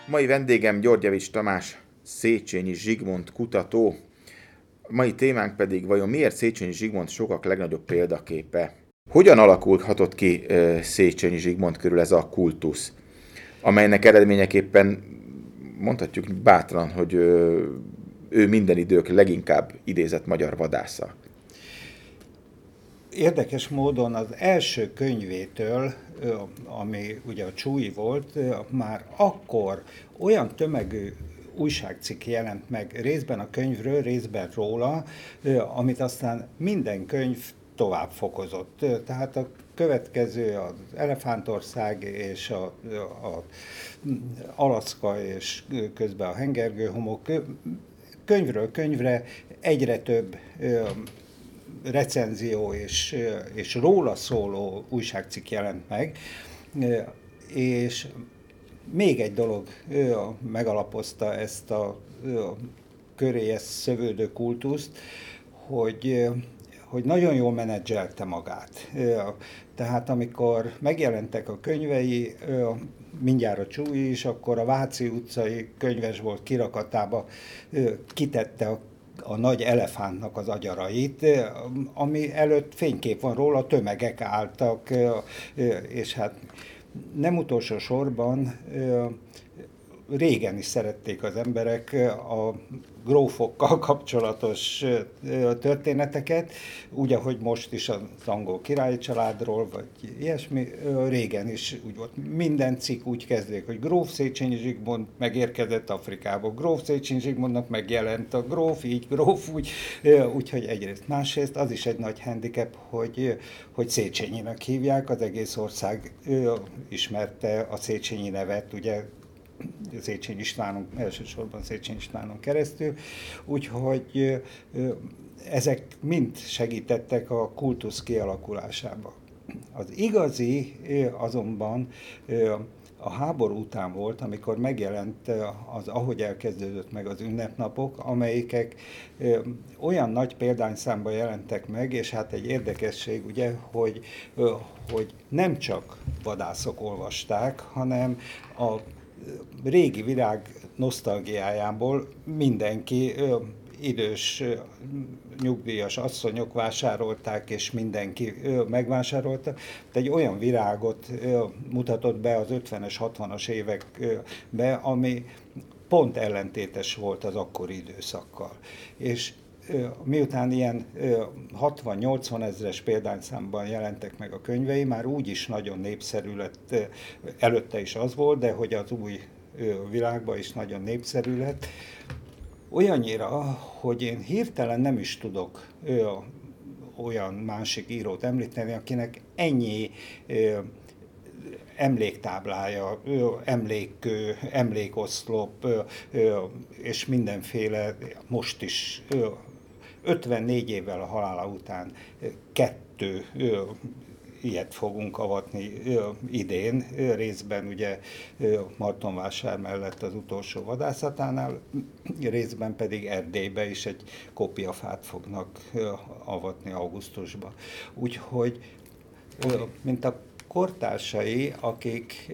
Mai vendégem Györgyevics Tamás, Széchenyi Zsigmond kutató. Mai témánk pedig vajon miért Széchenyi Zsigmond sokak legnagyobb példaképe? Hogyan alakulhatott ki Széchenyi Zsigmond körül ez a kultusz, amelynek eredményeképpen mondhatjuk bátran, hogy ő minden idők leginkább idézett magyar vadásza? Érdekes módon az első könyvétől, ami ugye a Csúly volt, már akkor olyan tömegű újságcikk jelent meg részben a könyvről, részben róla, amit aztán minden könyv tovább fokozott. Tehát a következő az Elefántország és a Alaszka és közben a hengergőhomok. Könyvről könyvre egyre több recenzió és róla szóló újságcikk jelent meg, és még egy dolog megalapozta ezt a köréhez szövődő kultuszt, hogy nagyon jól menedzselte magát. Tehát amikor megjelentek a könyvei, mindjárt a Csúly is, akkor a Váci utcai könyvesbolt kirakatába kitette a nagy elefántnak az agyarait, ami előtt fénykép van róla, tömegek álltak, és hát nem utolsó sorban régen is szerették az emberek a grófokkal kapcsolatos történeteket, úgy, ahogy most is az angol királyi családról, vagy ilyesmi, régen is úgy volt. Minden cikk úgy kezdődik, hogy gróf Széchenyi Zsigmond megérkezett Afrikába, gróf Széchenyi Zsigmondnak megjelent a gróf, így gróf, úgy, úgyhogy egyrészt. Másrészt az is egy nagy handicap, hogy Széchenyinek hívják, az egész ország ismerte a Széchenyi nevet, ugye, Széchenyi Istvánon, elsősorban Széchenyi Istvánon keresztül, úgyhogy ezek mind segítettek a kultusz kialakulásába. Az igazi azonban a háború után volt, amikor megjelent az Ahogy elkezdődött meg az ünnepnapok, amelyikek olyan nagy példányszámban jelentek meg, és hát egy érdekesség, ugye, hogy nem csak vadászok olvasták, hanem a régi világ nosztalgiájából mindenki, idős, nyugdíjas asszonyok vásárolták, és mindenki megvásárolta. Egy olyan virágot mutatott be az 50-es, 60-as évekbe, ami pont ellentétes volt az akkori időszakkal. És miután ilyen 60-80 ezres példányszámban jelentek meg a könyvei, már úgy is nagyon népszerű lett, előtte is az volt, de hogy az új világban is nagyon népszerű lett. Olyannyira, hogy én hirtelen nem is tudok olyan másik írót említeni, akinek ennyi emléktáblája, emlékkő, emlékoszlop és mindenféle, most is 54 évvel a halála után 2 ilyet fogunk avatni idén, részben ugye Martonvásár mellett az utolsó vadászatánál, részben pedig Erdélybe is egy kopiafát fognak avatni augusztusban. Úgyhogy, mint a kortársai, akik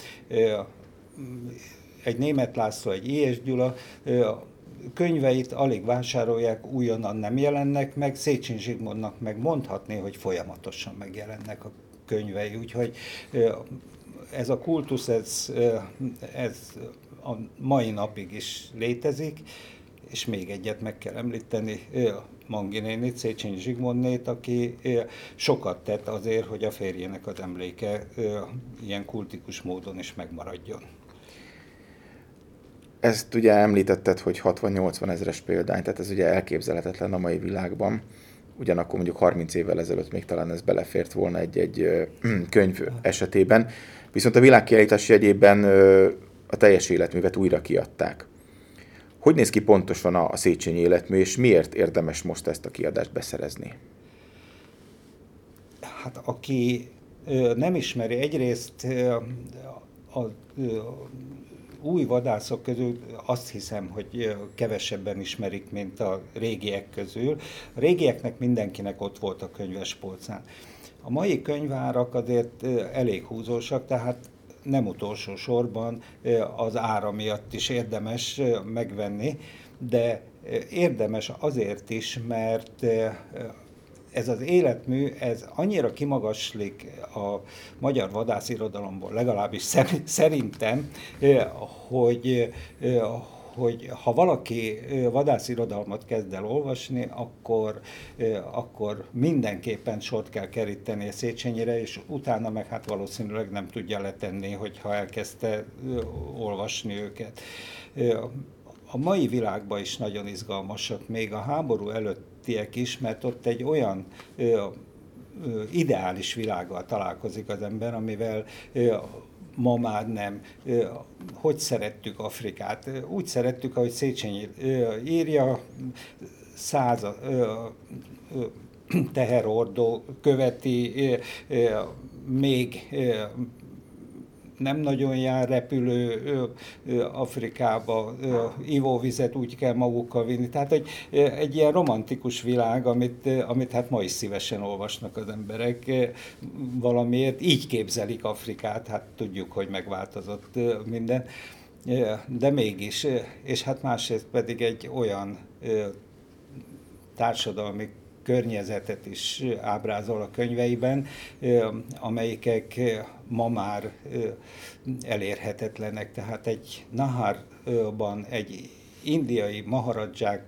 egy Németh László, egy I.S. Gyula, könyveit alig vásárolják, újonnan nem jelennek meg, Széchenyi Zsigmondnak meg mondhatni, hogy folyamatosan megjelennek a könyvei, úgyhogy ez a kultusz, ez a mai napig is létezik, és még egyet meg kell említeni, Mangi nénit, Széchenyi Zsigmondnét, aki sokat tett azért, hogy a férjének az emléke ilyen kultikus módon is megmaradjon. Ezt ugye említetted, hogy 60-80 ezres példány, tehát ez ugye elképzelhetetlen a mai világban. Ugyanakkor mondjuk 30 évvel ezelőtt még talán ez belefért volna egy könyv esetében. Viszont a világkiállítás jegyében a teljes életművet újra kiadták. Hogy néz ki pontosan a Széchenyi életmű, és miért érdemes most ezt a kiadást beszerezni? Hát aki nem ismeri, egyrészt a új vadászok közül azt hiszem, hogy kevesebben ismerik, mint a régiek közül. A régieknek mindenkinek ott volt a könyvespolcán. A mai könyvárak azért elég húzósak, tehát nem utolsó sorban az ára miatt is érdemes megvenni, de érdemes azért is, mert ez az életmű, ez annyira kimagaslik a magyar vadászirodalomból, legalábbis szerintem, hogy, hogy ha valaki vadászirodalmat kezd el olvasni, akkor mindenképpen sort kell keríteni a Széchenyire, és utána meg hát valószínűleg nem tudja letenni, hogyha elkezdte olvasni őket. A mai világban is nagyon izgalmasak, még a háború előttiek is, mert ott egy olyan ideális világgal találkozik az ember, amivel ma már nem. Hogy szerettük Afrikát? Úgy szerettük, ahogy Széchenyi írja, 100 teherordó követi, még nem nagyon jár repülő Afrikába, ivóvizet úgy kell magukkal vinni. Tehát egy ilyen romantikus világ, amit hát ma is szívesen olvasnak az emberek valamiért. Így képzelik Afrikát, hát tudjuk, hogy megváltozott minden. De mégis, és hát másrészt pedig egy olyan társadalmi környezetet is ábrázol a könyveiben, amelyikek ma már elérhetetlenek. Tehát egy Naharban egy indiai maharadzsák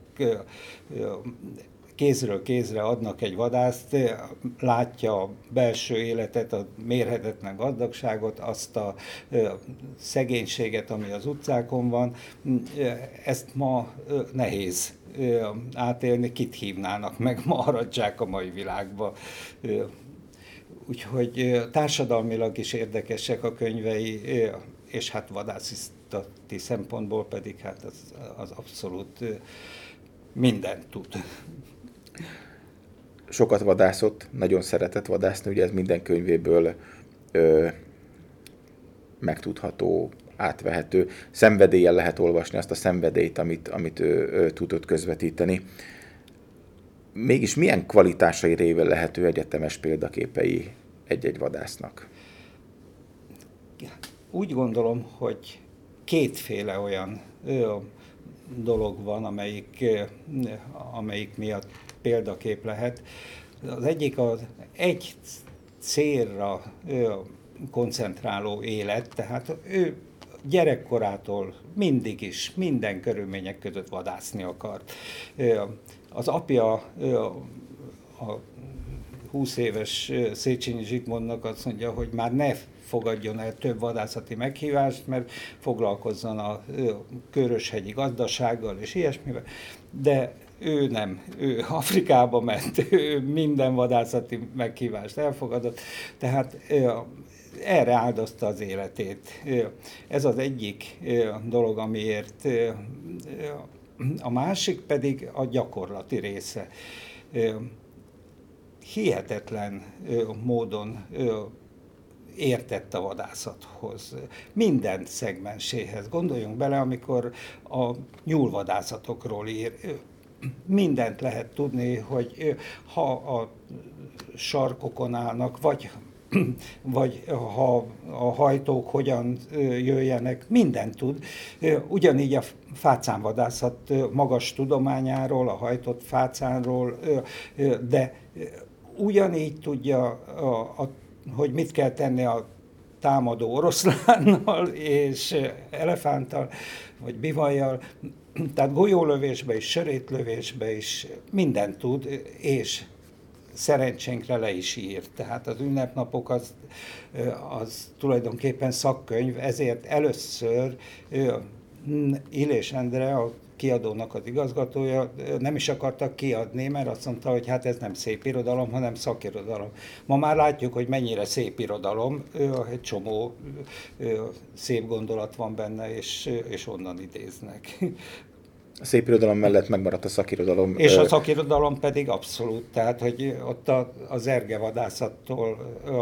kézről kézre adnak egy vadászt, látja a belső életet, a mérhetetlen gazdagságot, azt a szegénységet, ami az utcákon van. Ezt ma nehéz átélni, kit hívnának meg maharadzsák a mai világba. Úgyhogy társadalmilag is érdekesek a könyvei, és hát vadászati szempontból pedig hát az abszolút mindent tud. Sokat vadászott, nagyon szeretett vadászni, ugye ez minden könyvéből megtudható, átvehető. Szenvedéllyel lehet olvasni azt a szenvedélyt, amit ő tudott közvetíteni. Mégis milyen kvalitásai révén lehető egyetemes példaképei egy-egy vadásznak? Úgy gondolom, hogy kétféle olyan dolog van, amelyik miatt példakép lehet. Az egyik az egy célra koncentráló élet, tehát ő gyerekkorától mindig is, minden körülmények között vadászni akart. Az apja a 20 éves Széchenyi Zsigmondnak azt mondja, hogy már ne fogadjon el több vadászati meghívást, mert foglalkozzon a köröshegyi gazdasággal és ilyesmivel, de ő nem, ő Afrikába ment, ő minden vadászati meghívást elfogadott, tehát erre áldozta az életét. Ez az egyik dolog, amiért a másik pedig a gyakorlati része. Hihetetlen módon értett a vadászathoz, minden szegmenséhez. Gondoljunk bele, amikor a nyúlvadászatokról ír, mindent lehet tudni, hogy ha a sarkokon állnak, vagy ha a hajtók hogyan jöjjenek, mindent tud. Ugyanígy a fácánvadászat magas tudományáról, a hajtott fácánról, de ugyanígy tudja, hogy mit kell tenni a támadó oroszlánnal és elefánttal, vagy bivajjal, tehát golyólövésbe is, sörétlövésbe is mindent tud, és szerencsénkre le is ír. Tehát az ünnepnapok az tulajdonképpen szakkönyv, ezért először Illés Endre, a kiadónak az igazgatója nem is akartak kiadni, mert azt mondta, hogy hát ez nem szép irodalom, hanem szakirodalom. Ma már látjuk, hogy mennyire szép irodalom, egy csomó szép gondolat van benne, és onnan idéznek. A szép irodalom mellett megmaradt a szakirodalom. És a szakirodalom pedig abszolút, tehát hogy ott az ergevadászattól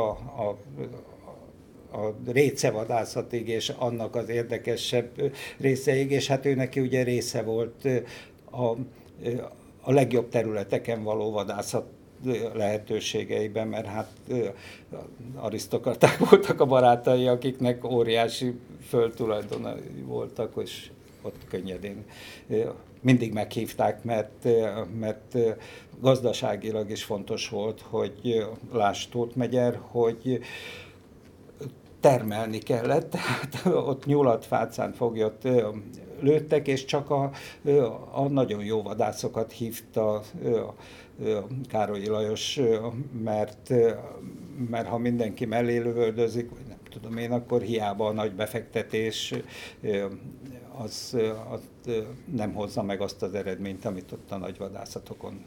a récevadászatig, és annak az érdekesebb részeig, és hát ő neki ugye része volt a legjobb területeken való vadászat lehetőségeiben, mert hát arisztokraták voltak a barátai, akiknek óriási földtulajdonai voltak, és ott könnyedén mindig meghívták, mert gazdaságilag is fontos volt, hogy lásd Tóth Megyer, hogy termelni kellett, tehát ott nyulat, fácán, foglyot lőttek, és csak a nagyon jó vadászokat hívta Károlyi Lajos, mert ha mindenki mellé lövöldözik, vagy nem tudom én, akkor hiába a nagy befektetés az nem hozza meg azt az eredményt, amit ott a nagy vadászatokon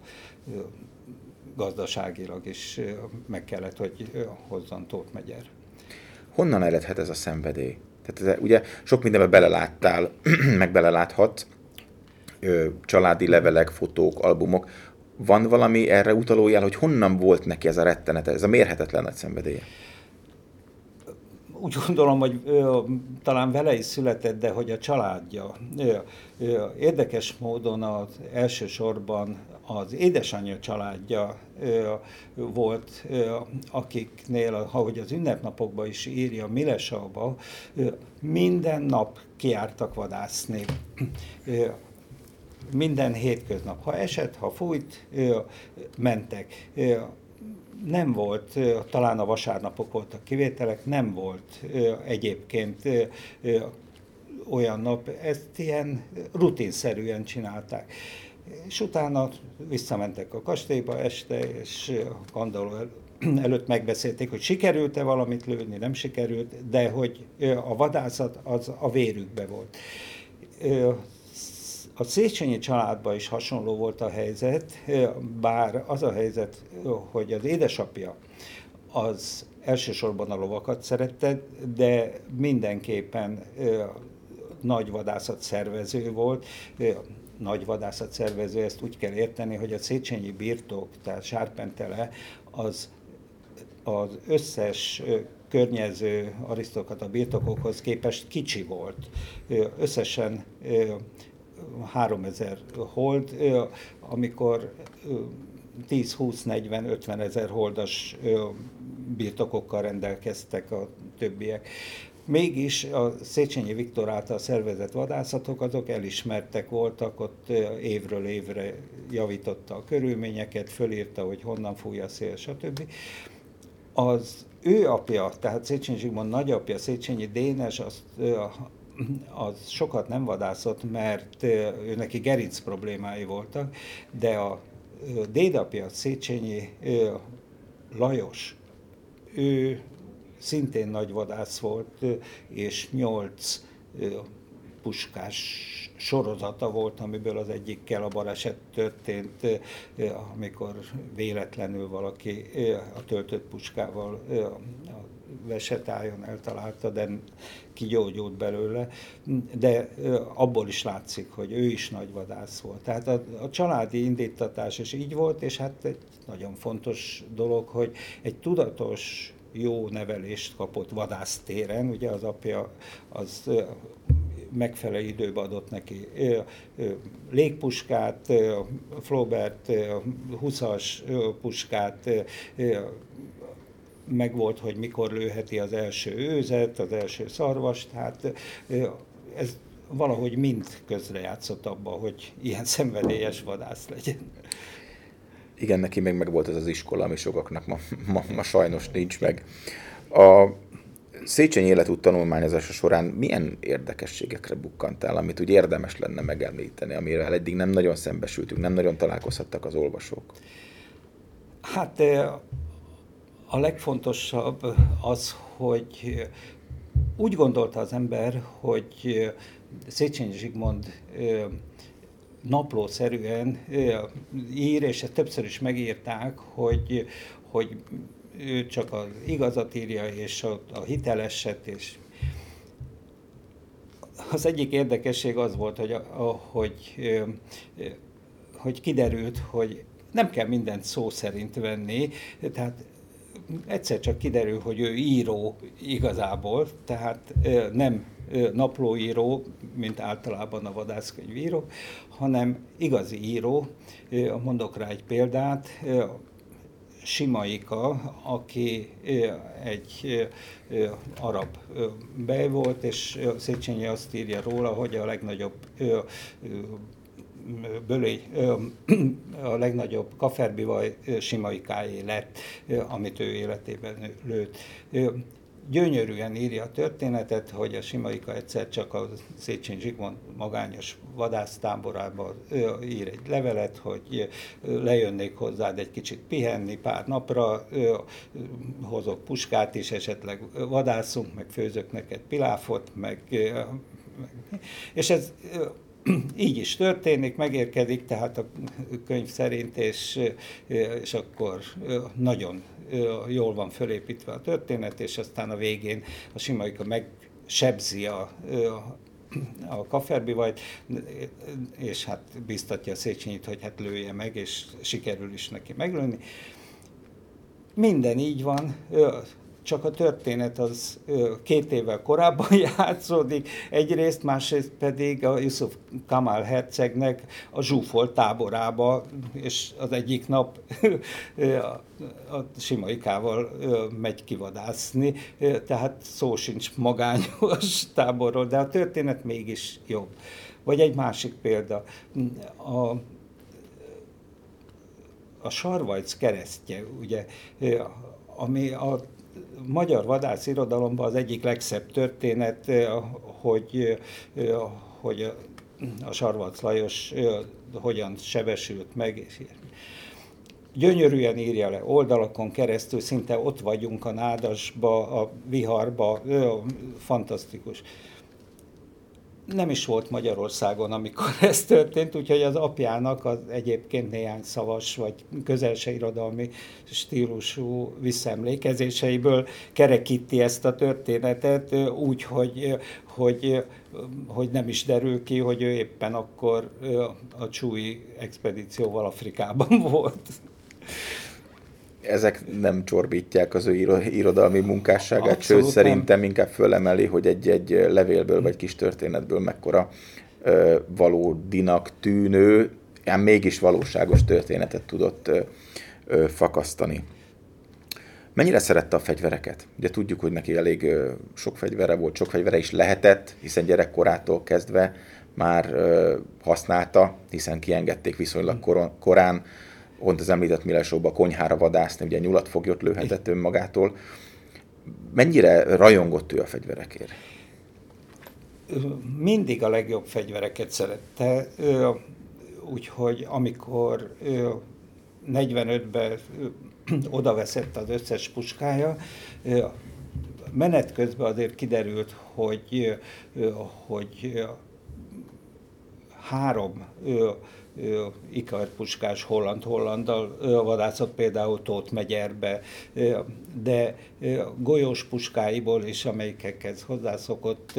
gazdaságilag is meg kellett, hogy hozzon Tóth Megyer. Honnan eredhet ez a szenvedély? Tehát ugye sok mindenbe beleláttál, meg beleláthatsz, családi levelek, fotók, albumok. Van valami erre utaló jel, hogy honnan volt neki ez a rettenet, ez a mérhetetlen nagy szenvedélye? Úgy gondolom, hogy talán vele is született, de hogy a családja. Érdekes módon elsősorban az édesanyja családja volt, akiknél, ahogy az ünnepnapokban is írja, Milesauba, minden nap kijártak vadászni. Minden hétköznap. Ha esett, ha fújt, mentek. Nem volt, talán a vasárnapok voltak kivételek, nem volt egyébként olyan nap, ezt ilyen rutinszerűen csinálták. És utána visszamentek a kastélyba este, és a kandalló előtt megbeszélték, hogy sikerült-e valamit lőni, nem sikerült, de hogy a vadászat az a vérükbe volt. A Széchenyi családban is hasonló volt a helyzet, bár az a helyzet, hogy az édesapja az elsősorban a lovakat szerette, de mindenképpen nagy vadászatszervező volt. Nagy vadászatszervező, ezt úgy kell érteni, hogy a széchenyi birtok, tehát Sárpentele, az összes környező arisztokrata birtokokhoz képest kicsi volt. Összesen 3000 hold, amikor 10-20-40-50 ezer holdas birtokokkal rendelkeztek a többiek. Mégis a Széchenyi Viktor által szervezett vadászatok azok elismertek voltak, ott évről évre javította a körülményeket, fölírta, hogy honnan fúj a szél, stb. Az ő apja, tehát Széchenyi Zsigmond nagyapja, Széchenyi Dénes, az sokat nem vadászott, mert ő neki gerinc problémái voltak, de a dédapja, Széchenyi Lajos, ő szintén nagy vadász volt, és 8 puskás sorozata volt, amiből az egyikkel a baleset történt, amikor véletlenül valaki a töltött puskával a vesetájon eltalálta, de kigyógyult belőle, de abból is látszik, hogy ő is nagy vadász volt. Tehát a családi indítatás is így volt, és hát egy nagyon fontos dolog, hogy egy tudatos, jó nevelést kapott vadásztéren, ugye az apja az megfelelő időben adott neki légpuskát, Flaubert 20-as puskát, meg volt, hogy mikor lőheti az első őzet, az első szarvast, hát ez valahogy mind közrejátszott abba, hogy ilyen szenvedélyes vadász legyen. Igen, neki meg volt ez az iskola, ami sokaknak ma sajnos nincs meg. A Széchenyi életút tanulmányozása során milyen érdekességekre bukkantál, amit úgy érdemes lenne megemlíteni, amivel eddig nem nagyon szembesültünk, nem nagyon találkozhattak az olvasók? Hát a legfontosabb az, hogy úgy gondolta az ember, hogy Széchenyi Zsigmond naplószerűen ír, és ezt többször is megírták, hogy ő csak az igazat írja, és a hiteleset, és az egyik érdekesség az volt, hogy kiderült, hogy nem kell mindent szó szerint venni, tehát egyszer csak kiderül, hogy ő író igazából, tehát nem naplóíró, mint általában a vadászkönyvíró, hanem igazi író. Mondok rá egy példát. Simaika, aki egy arab bej volt, és Széchenyi azt írja róla, hogy a legnagyobb a legnagyobb kaferbivaj Simaikáé lett, amit ő életében lőtt. Gyönyörűen írja a történetet, hogy a Simaika egyszer csak a Széchenyi Zsigmond magányos vadásztáborába ír egy levelet, hogy lejönnék hozzád egy kicsit pihenni pár napra, hozok puskát is, esetleg vadászunk, meg főzök neked piláfot, és ez így is történik, megérkezik tehát a könyv szerint, és akkor nagyon jól van fölépítve a történet, és aztán a végén a Simaika megsebzi a kaferbivajt, és hát biztatja a Széchenyit, hogy hát lője meg, és sikerül is neki meglőni. Minden így van, csak a történet az 2 évvel korábban játszódik, egyrészt, másrészt pedig a Yusuf Kamal hercegnek a zsúfolt táborába, és az egyik nap a Simaikával megy kivadászni, tehát szó sincs magányos táborról, de a történet mégis jobb. Vagy egy másik példa, a Sarvajc keresztje, ugye, ami a magyar vadászirodalomban az egyik legszebb történet, hogy a Sarvajc Lajos hogyan sebesült meg. Gyönyörűen írja le, oldalakon keresztül, szinte ott vagyunk a nádasba, a viharba, fantasztikus. Nem is volt Magyarországon, amikor ez történt, úgyhogy az apjának az egyébként néhány szavas vagy közelse irodalmi stílusú visszaemlékezéseiből kerekíti ezt a történetet úgy, hogy nem is derül ki, hogy ő éppen akkor a Csúi expedícióval Afrikában volt. Ezek nem csorbítják az ő irodalmi munkásságát, Abszolút sőt szerintem inkább fölemeli, hogy egy levélből vagy kis történetből mekkora valódinak tűnő, ám mégis valóságos történetet tudott fakasztani. Mennyire szerette a fegyvereket? Ugye tudjuk, hogy neki elég sok fegyvere volt, sok fegyvere is lehetett, hiszen gyerekkorától kezdve már használta, hiszen kiengedték viszonylag korán, pont az említett Milesóba konyhára vadászni, ugye nyulat foglyot lőhetett önmagától. Mennyire rajongott ő a fegyverekért? Mindig a legjobb fegyvereket szerette, úgyhogy amikor 45-ben odaveszett az összes puskája, menet közben azért kiderült, hogy 3 ikarpuskás hollanddal vadászott például Tóth Megyerbe, de golyós puskáiból is, amelyikhez hozzászokott,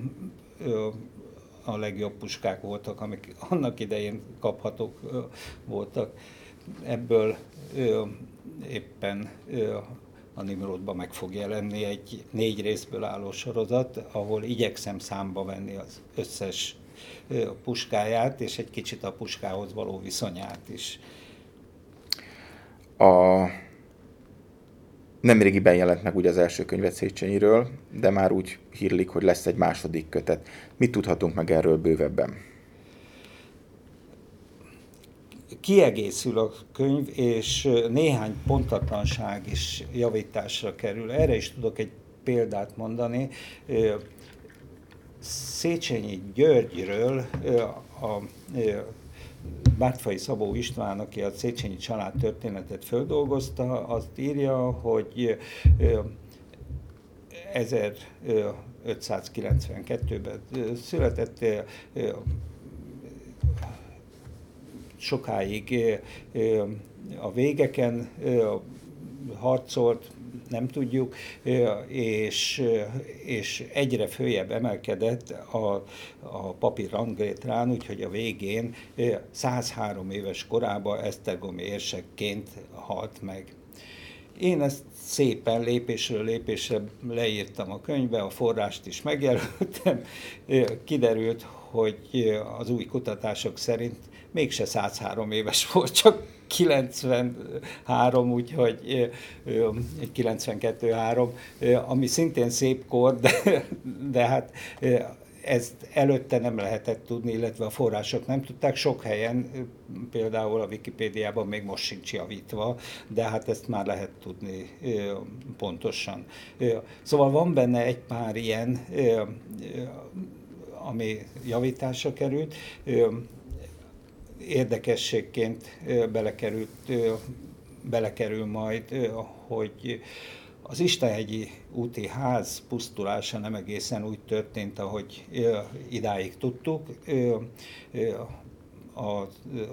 a legjobb puskák voltak, amik annak idején kaphatók voltak. Ebből éppen a Nimrodban meg fog jelenni egy 4 részből álló sorozat, ahol igyekszem számba venni az összes puskáját, és egy kicsit a puskához való viszonyát is. Nemrégiben jelent meg ugye az első könyvet Széchenyiről, de már úgy hírlik, hogy lesz egy második kötet. Mit tudhatunk meg erről bővebben? Kiegészül a könyv, és néhány pontatlanság is javításra kerül. Erre is tudok egy példát mondani. Széchenyi Györgyről a Bártfai Szabó István, aki a Széchenyi család történetet földolgozta, azt írja, hogy 1592-ben született, sokáig a végeken harcolt, nem tudjuk, és egyre följebb emelkedett a papi ranglétrán, úgyhogy a végén 103 éves korában esztergomi érsekként halt meg. Én ezt szépen lépésről lépésre leírtam a könyvbe, a forrást is megjelöltem. Kiderült, hogy az új kutatások szerint mégse 103 éves volt, csak 93, úgyhogy 92-3, ami szintén szép kor, de hát ezt előtte nem lehetett tudni, illetve a források nem tudták. Sok helyen, például a Wikipédiában még most sincs javítva, de hát ezt már lehet tudni pontosan. Szóval van benne egy pár ilyen, ami javításra került. Érdekességként belekerül majd, hogy az Istenhegyi úti ház pusztulása nem egészen úgy történt, ahogy idáig tudtuk. Az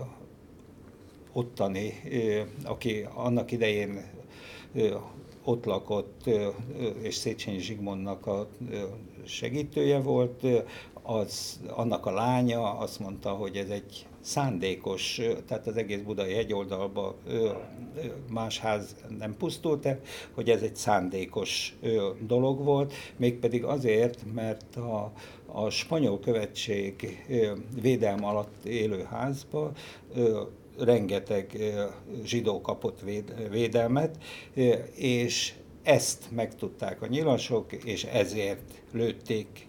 ottani, aki annak idején ott lakott, és Széchenyi Zsigmondnak a segítője volt, annak a lánya azt mondta, hogy ez egy szándékos, tehát az egész budai hegyoldalban más ház nem pusztult el, hogy ez egy szándékos dolog volt, mégpedig azért, mert a spanyol követség védelme alatt élő házba rengeteg zsidó kapott védelmet, és ezt megtudták a nyilasok, és ezért lőtték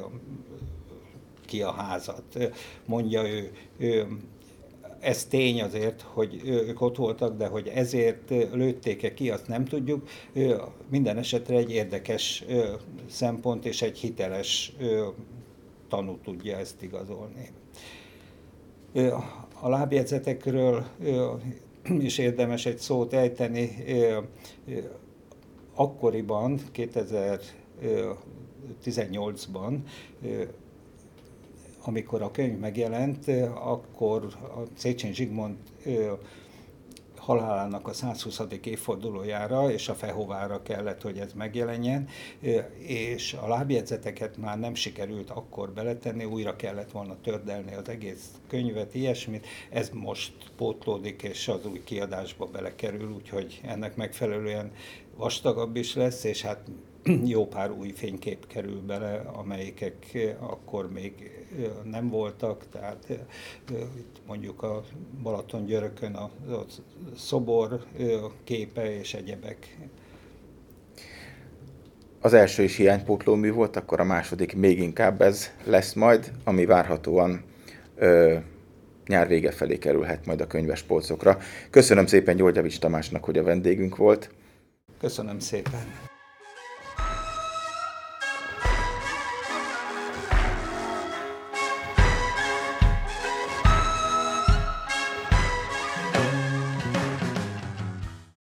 ki a házat. Mondja ő, ez tény azért, hogy ők ott voltak, de hogy ezért lőtték-e ki, azt nem tudjuk. Minden esetre egy érdekes szempont és egy hiteles tanú tudja ezt igazolni. A lábjegyzetekről is érdemes egy szót ejteni. Akkoriban, 2018-ban, amikor a könyv megjelent, akkor a Széchenyi Zsigmond halálának a 120. évfordulójára és a Fehovára kellett, hogy ez megjelenjen, és a lábjegyzeteket már nem sikerült akkor beletenni, újra kellett volna tördelni az egész könyvet, ilyesmit. Ez most pótlódik, és az új kiadásba belekerül, úgyhogy ennek megfelelően vastagabb is lesz, és hát jó pár új fénykép kerül bele, amelyikek akkor még nem voltak, tehát itt mondjuk a Balatongyörökön a szobor képe és egyebek. Az első is hiánypótló mű volt, akkor a második még inkább ez lesz majd, ami várhatóan nyár vége felé kerülhet majd a könyvespolcokra. Köszönöm szépen Györgyevics Tamásnak, hogy a vendégünk volt. Köszönöm szépen.